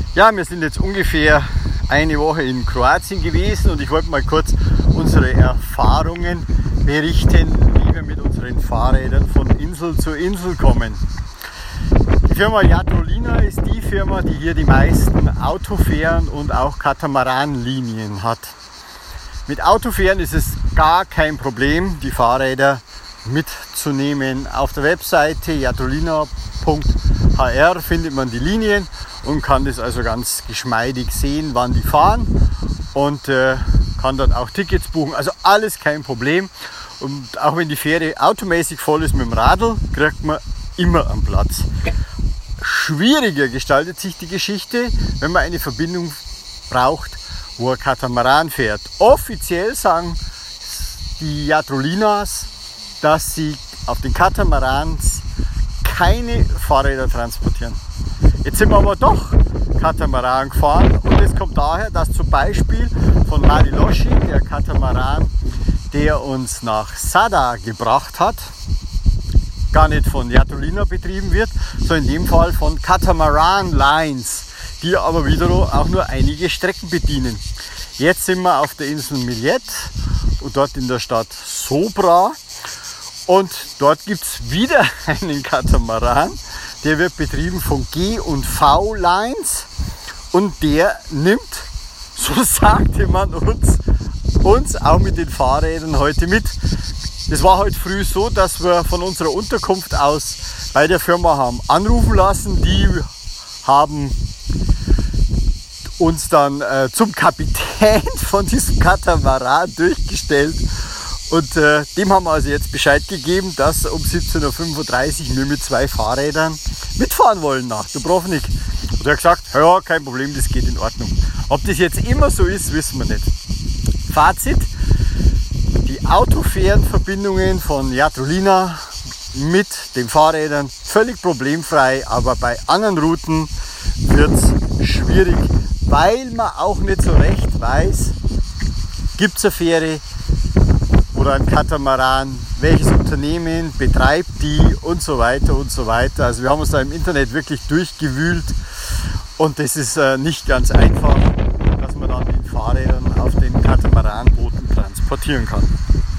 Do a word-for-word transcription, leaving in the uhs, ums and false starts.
Ja, wir sind jetzt ungefähr eine Woche in Kroatien gewesen und ich wollte mal kurz unsere Erfahrungen berichten, wie wir mit unseren Fahrrädern von Insel zu Insel kommen. Die Firma Jadrolina ist die Firma, die hier die meisten Autofähren und auch Katamaranlinien hat. Mit Autofähren ist es gar kein Problem, die Fahrräder mitzunehmen. Auf der Webseite jadrolina punkt h r findet man die Linien und kann das also ganz geschmeidig sehen, wann die fahren und äh, kann dann auch Tickets buchen. Also alles kein Problem. Und auch wenn die Fähre automäßig voll ist mit dem Radl, kriegt man immer einen Platz. Schwieriger gestaltet sich die Geschichte, wenn man eine Verbindung braucht, wo ein Katamaran fährt. Offiziell sagen die Jadrolinas, dass sie auf den Katamarans keine Fahrräder transportieren. Jetzt sind wir aber doch Katamaran gefahren und es kommt daher, dass zum Beispiel von Mariloshi, der Katamaran, der uns nach Sada gebracht hat, gar nicht von Jadrolina betrieben wird, sondern in dem Fall von Catamaran Lines, die aber wiederum auch nur einige Strecken bedienen. Jetzt sind wir auf der Insel Millet und dort in der Stadt Sobra und dort gibt es wieder einen Katamaran, der wird betrieben von G und V Lines und der nimmt, so sagte man uns, uns auch mit den Fahrrädern heute mit. Es war heute früh so, dass wir von unserer Unterkunft aus bei der Firma haben anrufen lassen. Die haben uns dann äh, zum Kapitän von diesem Katamaran durchgestellt. Und äh, dem haben wir also jetzt Bescheid gegeben, dass um siebzehn Uhr fünfunddreißig wir mit zwei Fahrrädern mitfahren wollen nach Dubrovnik. Und er hat gesagt, ja, kein Problem, das geht in Ordnung. Ob das jetzt immer so ist, wissen wir nicht. Fazit: Die Autofährenverbindungen von Jadrolina mit den Fahrrädern völlig problemfrei, aber bei anderen Routen wird es schwierig, weil man auch nicht so recht weiß, gibt es eine Fähre oder ein Katamaran, welches Unternehmen betreibt die und so weiter und so weiter. Also wir haben uns da im Internet wirklich durchgewühlt und das ist äh, nicht ganz einfach, dass man dann die Fahrräder auf den Katamaranbooten transportieren kann.